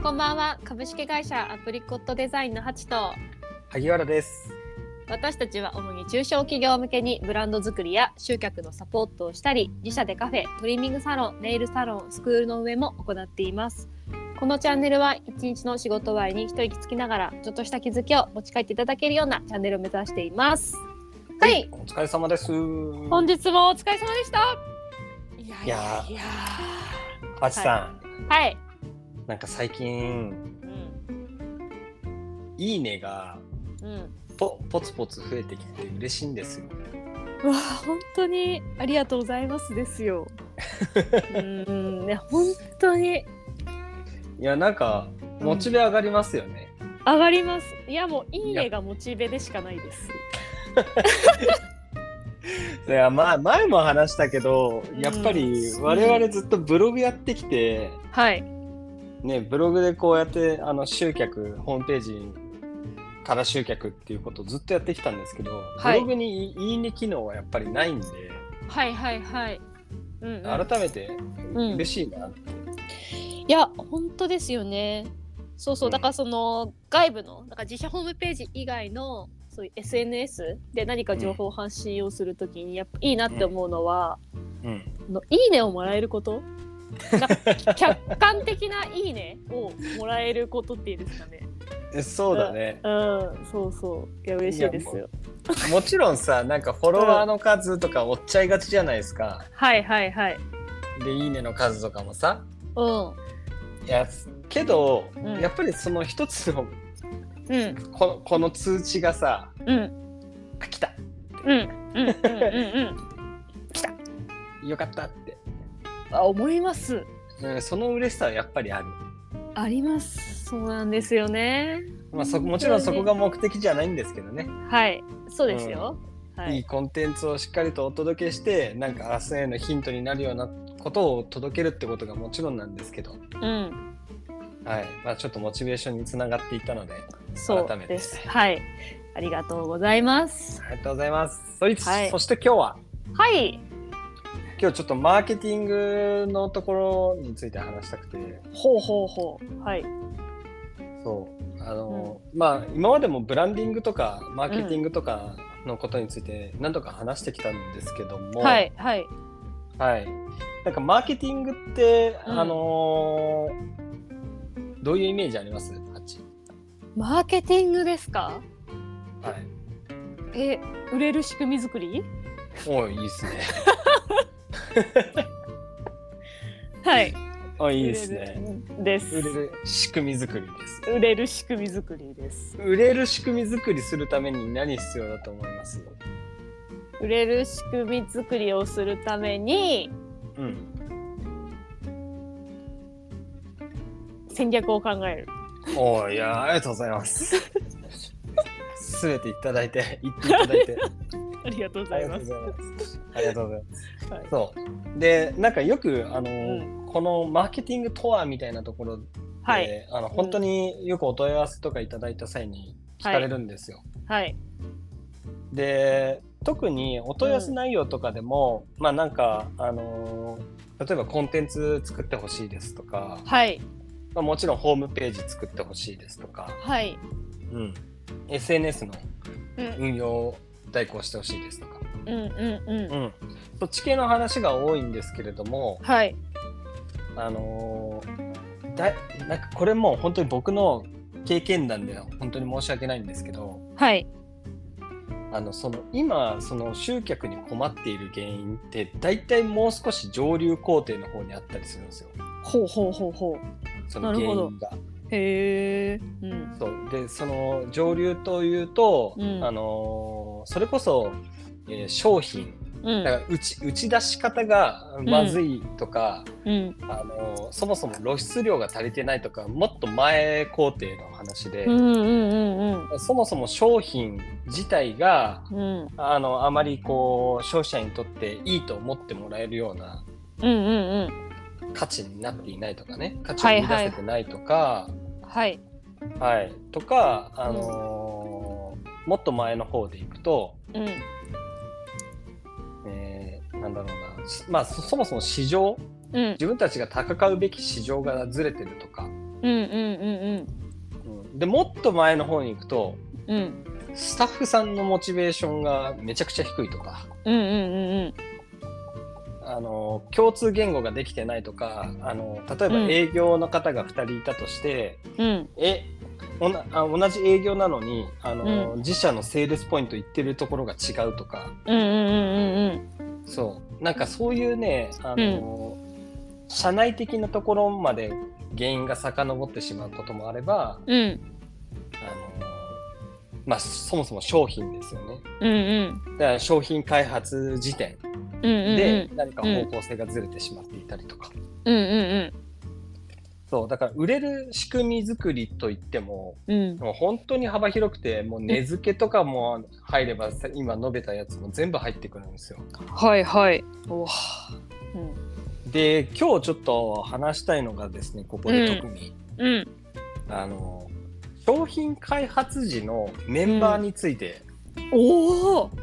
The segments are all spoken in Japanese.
こんばんは。株式会社アプリコットデザインのハチと萩原です。 私たちは主に中小企業向けにブランド作りや集客のサポートをしたり、自社でカフェ、トリミングサロン、ネイルサロン、スクールの運営も行っています。このチャンネルは一日の仕事終わりに一息つきながらちょっとした気づきを持ち帰っていただけるようなチャンネルを目指しています。はい、 お疲れ様です。 本日もお疲れ様でした。 いやハチさん、 はい、 なんか最近、いいねが、ポツポツ増えてきて嬉しいんですよ。 うわ、本当にありがとうございますですよ。ね、本当に。 いや、なんかモチベ上がりますよね。 上がります。いや、もういいねがモチベでしかないです。 いや、まあ前も話したけど、やっぱり我々ずっとブログやってきて、 はいね、ブログでこうやって集客、ホームページから集客っていうことをずっとやってきたんですけど、ブログにいいね機能はやっぱりないんで、 はいはいはい、 改めて嬉しいなって。 いや、本当ですよね。そうそう、だからその外部の、だから自社ホームページ以外のそういう SNS で何か情報発信をするときにやっぱいいなって思うのは、いいねをもらえること、客観的ないいねをもらえることっていいですかね。 そうだね。 そうそう。いや、嬉しいですよ。 もちろんさ、なんかフォロワーの数とか追っちゃいがちじゃないですか。 はいはいはい。 で、いいねの数とかもさ。いや、けど、やっぱりその一つの、この通知がさ、来た。来た。よかったって。 思います。 その嬉しさはやっぱりある。 あります。そうなんですよね。 まあ、もちろんそこが目的じゃないんですけどね。 はい、そうですよ。 いいコンテンツをしっかりとお届けして、なんか明日へのヒントになるようなことを届けるってことがもちろんなんですけど、はい、まあ、ちょっとモチベーションにつながっていったので、改めて。 はい、ありがとうございます。 ありがとうございます。そして今日は、今日ちょっとマーケティングのところについて話したくて。 はい。 そう、まあ今までもブランディングとかマーケティングとかのことについて何度か話してきたんですけども、なんかマーケティングって、どういうイメージあります？ マーケティングですか？ はい。 売れる仕組み作り？ おい、いいですね。 はい。 いいですね。 です。 売れる仕組み作りです。 売れる仕組み作りです。 売れる仕組み作りするために何必要だと思います？ 売れる仕組み作りをするために、戦略を考える。 いや、ありがとうございます。すべて言っていただいてありがとうございます。 ありがとうございます。そうで、なんかよくこのマーケティングとはみたいなところで、本当によくお問い合わせとかいただいた際に聞かれるんですよ。で、特にお問い合わせ内容とかでも、まあなんか例えばコンテンツ作ってほしいですとか、まあ、もちろんホームページ作ってほしいですとか、SNS の運用代行してほしいですとか、そっち系の話が多いんですけれども、なんかこれも本当に僕の経験談では本当に申し訳ないんですけど、今その集客に困っている原因って大体もう少し上流工程の方にあったりするんですよ。その原因が。そうで、その上流というと、それこそ、商品だから打ち出し方がまずいとか、そもそも露出量が足りてないとか、もっと前工程の話で、そもそも商品自体が、あまりこう消費者にとっていいと思ってもらえるような、価値になっていないとかね、価値を生み出せてないとか、とか、もっと前の方でいくと、なんだろうな、まあそもそも市場、自分たちが戦うべき市場がずれてるとか、 うんうんうんでもっと前の方に行くと、 うん。 スタッフさんのモチベーションがめちゃくちゃ低いとか、 うんうんうん共通言語ができてないとか、例えば営業の方が2人いたとして、 うん。 同じ営業なのに自社のセールスポイント行ってるところが違うとか、 うんうんうんうんそうなんかそういうね社内的なところまで原因が遡ってしまうこともあれば、まあそもそも商品ですよね。だから商品開発時点で何か方向性がずれてしまっていたりとか、そうだから売れる仕組み作りといっても、もう本当に幅広くて、もう値付けとかも入れば今述べたやつも全部入ってくるんですよ。 はいはい。 で今日ちょっと話したいのがですね、ここで特に、商品開発時のメンバーについて、 おお、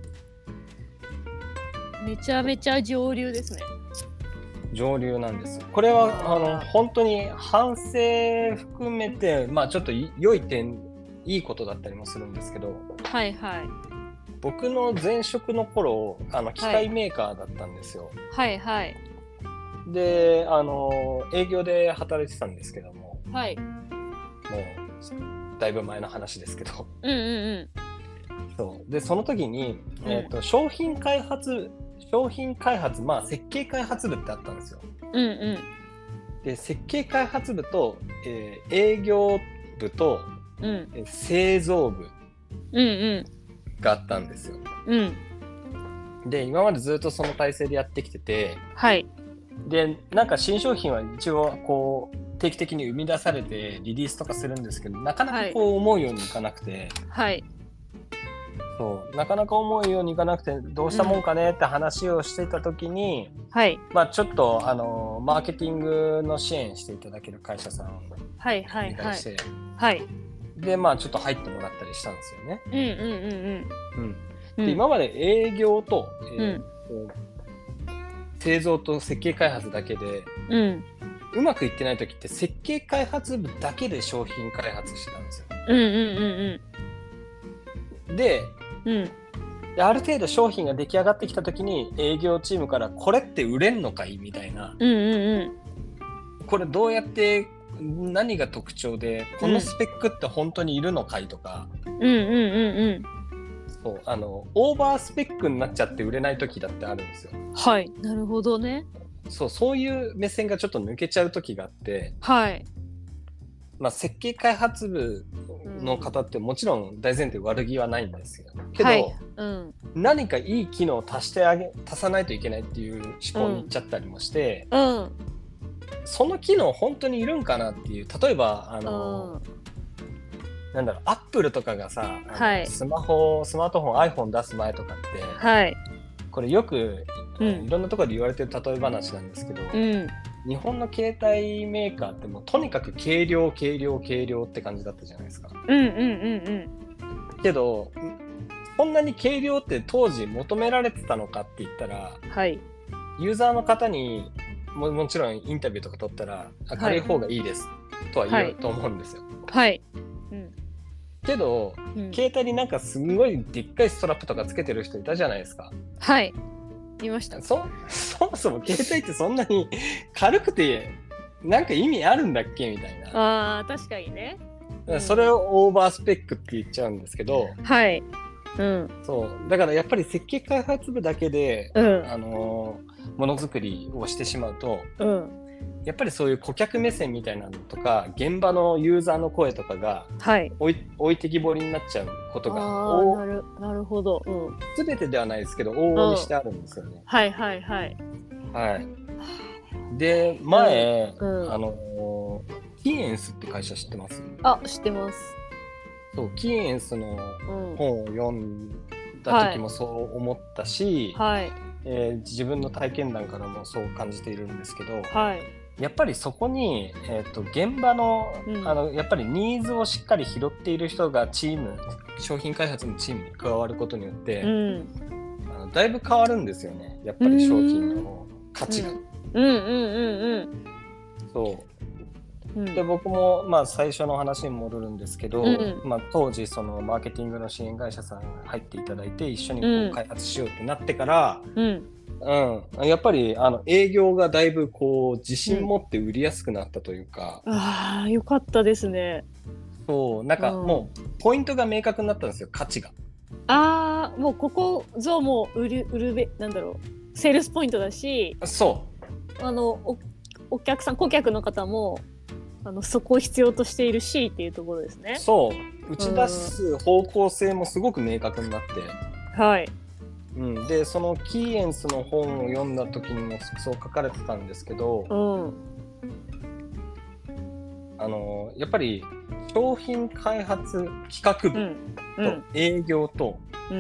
めちゃめちゃ上流ですね。 上流なんです。これは本当に反省含めて、まあちょっと良い点、いいことだったりもするんですけど、 はいはい。 僕の前職の頃機械メーカーだったんですよ。 はいはい。で営業で働いてたんですけども、 はい、 もうだいぶ前の話ですけど、そうでその時に、商品開発、まあ設計開発部ってあったんですよ。で設計開発部と、営業部と、製造部があったんですよ。で今までずっとその体制でやってきてて、でなんか新商品は一応こう定期的に生み出されてリリースとかするんですけど、なかなかこう思うようにいかなくて、そうなかなか思うようにいかなくてどうしたもんかねって話をしていた時に、まあちょっとマーケティングの支援していただける会社さんをお願いして、でまあちょっと入ってもらったりしたんですよね。で今まで営業と、製造と設計開発だけで、うまくいってない時って設計開発部だけで商品開発してたんですよ。で、ある程度商品が出来上がってきた時に営業チームからこれって売れんのかいみたいな、これどうやって何が特徴でこのスペックって本当にいるのかいとか、そうオーバースペックになっちゃって売れない時だってあるんですよ。 はい、なるほどね。 そういう目線がちょっと抜けちゃう時があって、まあ、設計開発部の方ってもちろん大前提悪気はないんですよけど、何かいい機能を足さないといけないっていう思考にいっちゃったりもして、その機能本当にいるんかなっていう、例えばなんだろう、アップルとかがさ、スマートフォン iPhone 出す前とかって、これよく、いろんなところで言われてる例え話なんですけど、日本の携帯メーカーってもうとにかく軽量って感じだったじゃないですか。けどこんなに軽量って当時求められてたのかって言ったら、ユーザーの方にもちろんインタビューとか取ったら軽い方がいいですとは言うと思うんですよ。けど、携帯になんかすごいでっかいストラップとかつけてる人いたじゃないですか。いました。そもそも携帯ってそんなに軽くてなんか意味あるんだっけみたいな。 確かにね。 それをオーバースペックって言っちゃうんですけど、そうだからやっぱり設計開発部だけで、ものづくりをしてしまうと、やっぱりそういう顧客目線みたいなのとか現場のユーザーの声とかが置いてきぼりになっちゃうことがなるほど、 全てではないですけど往々にしてあるんですよね。で前、キーエンスって会社知ってます？ 知ってます。 そうキーエンスの本を読んだ時もそう思ったし、自分の体験談からもそう感じているんですけど、やっぱりそこに、現場の、やっぱりニーズをしっかり拾っている人が商品開発のチームに加わることによって、だいぶ変わるんですよね。やっぱり商品の価値が。 で僕もまあ最初の話に戻るんですけど、まあ、当時そのマーケティングの支援会社さんに入っていただいて一緒にこう開発しようってなってから、やっぱり営業がだいぶこう自信持って売りやすくなったというか、 ああよかったですね。 そうなんかもうポイントが明確になったんですよ、価値が。 ああもうここぞもう売るべなんだろうセールスポイントだし、 そうお客さん顧客の方もそこを必要としているしっていうところですね。 そう打ち出す方向性もすごく明確になって、 はい。 でそのキーエンスの本を読んだ時にもそう書かれてたんですけど、やっぱり商品開発企画部と営業と、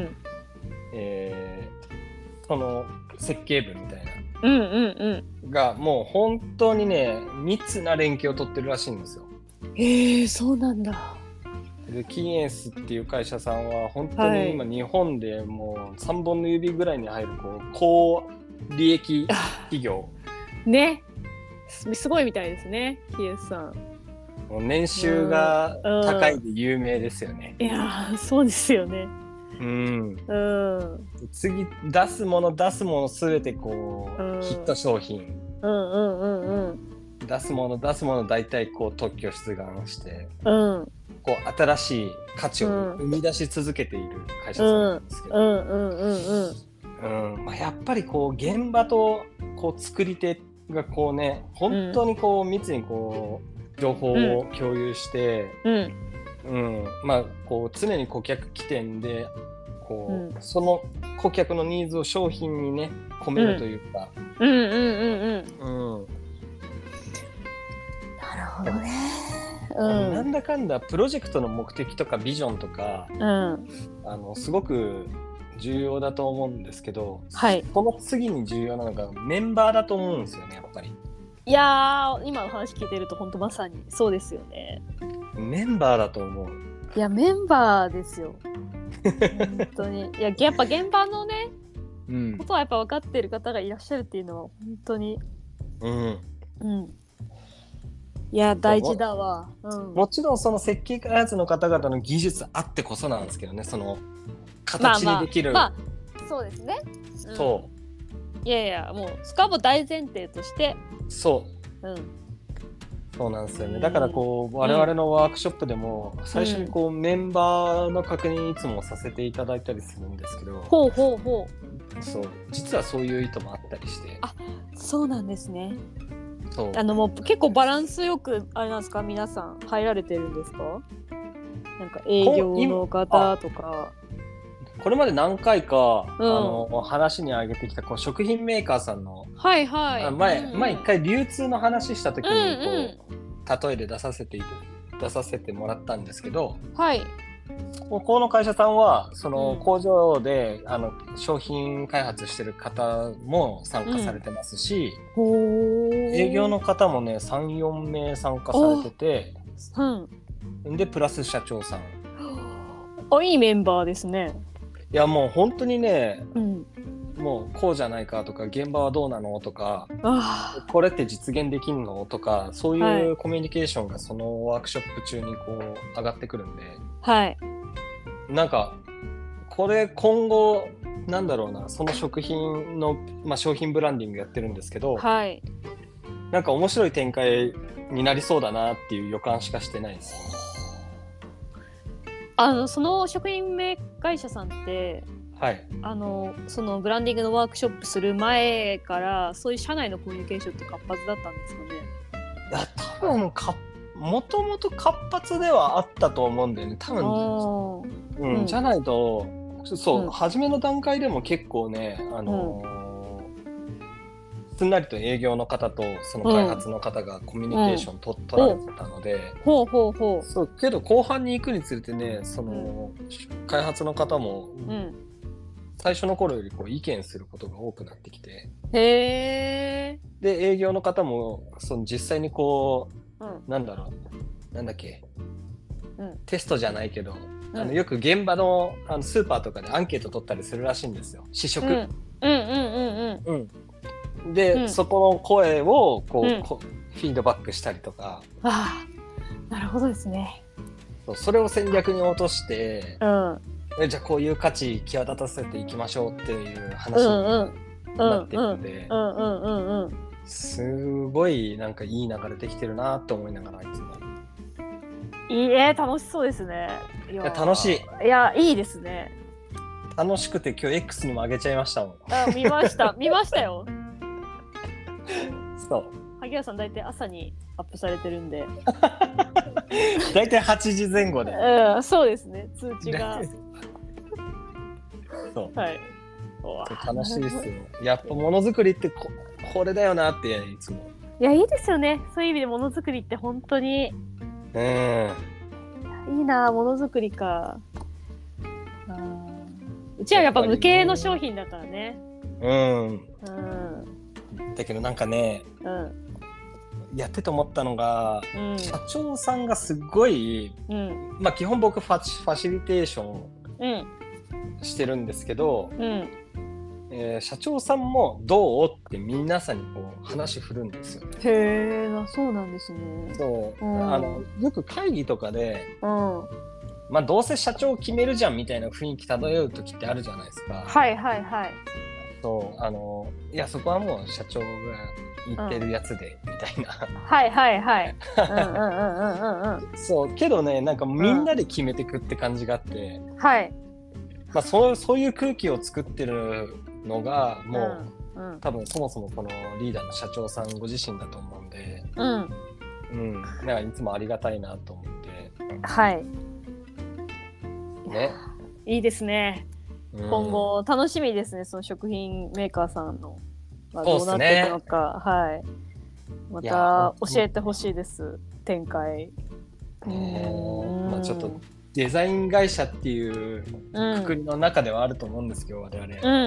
その設計部みたいな、がもう本当にね密な連携を取ってるらしいんですよ。 そうなんだ。 でキーエンスっていう会社さんは本当に今日本でもう3本の指ぐらいに入る高利益企業ね、すごいみたいですね、キーエンスさん。 もう年収が高いで有名ですよね。 いやそうですよね。 次出すものすべてこう、ヒット商品、出すもの大体こう特許出願して、こう新しい価値を生み出し続けている会社さんなんですけど、やっぱりこう現場とこう作り手がこうね本当にこう密にこう情報を共有して、まあこう常に顧客起点でこう、その顧客のニーズを商品にね込めるというか、 なるほどね。 なんだかんだプロジェクトの目的とかビジョンとか、すごく重要だと思うんですけど、この次に重要なのがメンバーだと思うんですよね、やっぱり。 いやー今の話聞いてると本当まさにそうですよね。 メンバーだと思う。 いやメンバーですよ本当に。いややっぱ現場のね、ことはやっぱ分かってる方がいらっしゃるっていうのは本当にいや大事だわ。 もちろんその設計開発の方々の技術あってこそなんですけどね、その形にできる、 そうですね。 そういやもうしかも大前提としてそうなんですよね。だからこう我々のワークショップでも最初にこうメンバーの確認いつもさせていただいたりするんですけど、そう実はそういう意図もあったりして。 そうなんですね。 そうもう結構バランスよくあれなんですか、皆さん入られてるんですか？なんか営業の方とか。 これまで何回か、話に挙げてきたこう食品メーカーさんの、前一回流通の話した時に例えで出させてもらったんですけど、ここの会社さんはその工場で、商品開発してる方も参加されてますし、営業の方もね 3,4 名参加されてて、でプラス社長さん。 いいメンバーですね。 いやもう本当にね、もうこうじゃないかとか現場はどうなのとか、これって実現できんのとか、そういうコミュニケーションがそのワークショップ中にこう上がってくるんで、なんかこれ今後なんだろうな、その食品の、商品ブランディングやってるんですけど、なんか面白い展開になりそうだなっていう予感しかしてないです。 その食品メーカー会社さんって、そのブランディングのワークショップする前からそういう社内のコミュニケーションって活発だったんですかね？ いや多分もともと活発ではあったと思うんだよね、多分。じゃないと初めの段階でも結構ねすんなりと営業の方とその開発の方がコミュニケーション取られてたので、そうけど後半に行くにつれてね、その開発の方も最初の頃よりこう意見することが多くなってきて、で営業の方もその実際にこう、なんだっけ、テストじゃないけど、よく現場のスーパーとかでアンケート取ったりするらしいんですよ、試食。で、そこの声をこう、 フィードバックしたりとか、 ああ、なるほどですね。 それを戦略に落として、 うん、 じゃあこういう価値際立たせていきましょうっていう話になってるんで、すごいなんかいい流れできてるなと思いながらいつも。 いいね、楽しそうですね。 いや楽しい。 いや、いいですね。 楽しくて今日 X にも上げちゃいましたもん。 見ました見ましたよ。 そう。 萩原さん大体朝にアップされてるんで。 大体8時前後で。 そうですね。通知が。 そう。 はい。 楽しいですよ。やっぱものづくりってこれだよなっていつも。 いや、いいですよね。そういう意味でものづくりって本当に。いいな、ものづくりか。うちはやっぱ無形の商品だからね。 だけどなんかね、やってて思ったのが、社長さんがすごい、まあ基本僕ファシリテーションしてるんですけど、社長さんもどうって皆さんにこう話振るんですよ。 へえ、そうなんですね。 そう、よく会議とかで、まあどうせ社長決めるじゃんみたいな雰囲気漂う時ってあるじゃないですか。 はいはいはい。 そういやそこはもう社長が言ってるやつで、みたいな。 はいはいはい。 そうけどね、なんかみんなで決めてくって感じがあって、 はい。 まあそういう空気を作ってるのがもう、多分そもそもこのリーダーの社長さんご自身だと思うんで、だからいつもありがたいなと思って。 はい。 ね。 いいですね。今後楽しみですね。その食品メーカーさんのどうなっていくのか、はい。また教えてほしいです。展開。 まあちょっとデザイン会社っていうくくりの中ではあると思うんですけど、我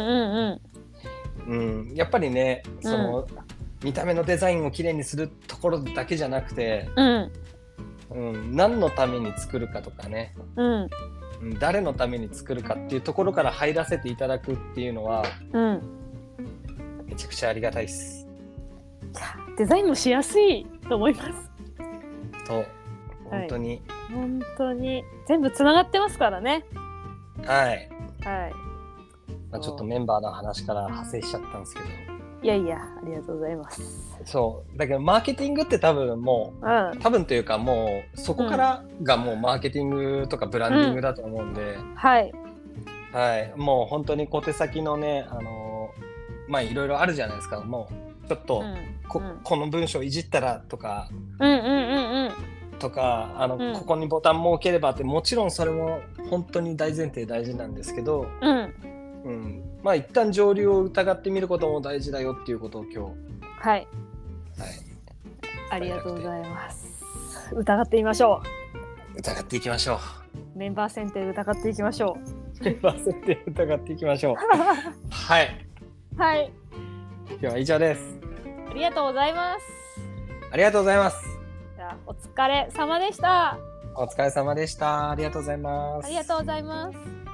々。やっぱりね、その見た目のデザインをきれいにするところだけじゃなくて、何のために作るかとかね。誰のために作るかっていうところから入らせていただくっていうのは、めちゃくちゃありがたいです。 デザインもしやすいと思います。 そう本当に、 本当に全部つながってますからね。 はい、 まあ、 ちょっとメンバーの話から派生しちゃったんですけど、 いやいや、ありがとうございます。 そうだけどマーケティングって多分もう、多分というかもうそこからがもうマーケティングとかブランディングだと思うんで、もう本当に小手先のね、まあいろいろあるじゃないですか。もうちょっと、この文章いじったらとか、とかここにボタン設ければって、もちろんそれも本当に大前提大事なんですけど、まあ一旦上流を疑ってみることも大事だよっていうことを今日ありがとうございます。疑ってみましょう。疑っていきましょう。メンバー選定疑っていきましょう。メンバー選定疑っていきましょう。はい。今日は以上です。 ありがとうございます。 ありがとうございます。 じゃあお疲れ様でした。 お疲れ様でした。ありがとうございます。 ありがとうございます。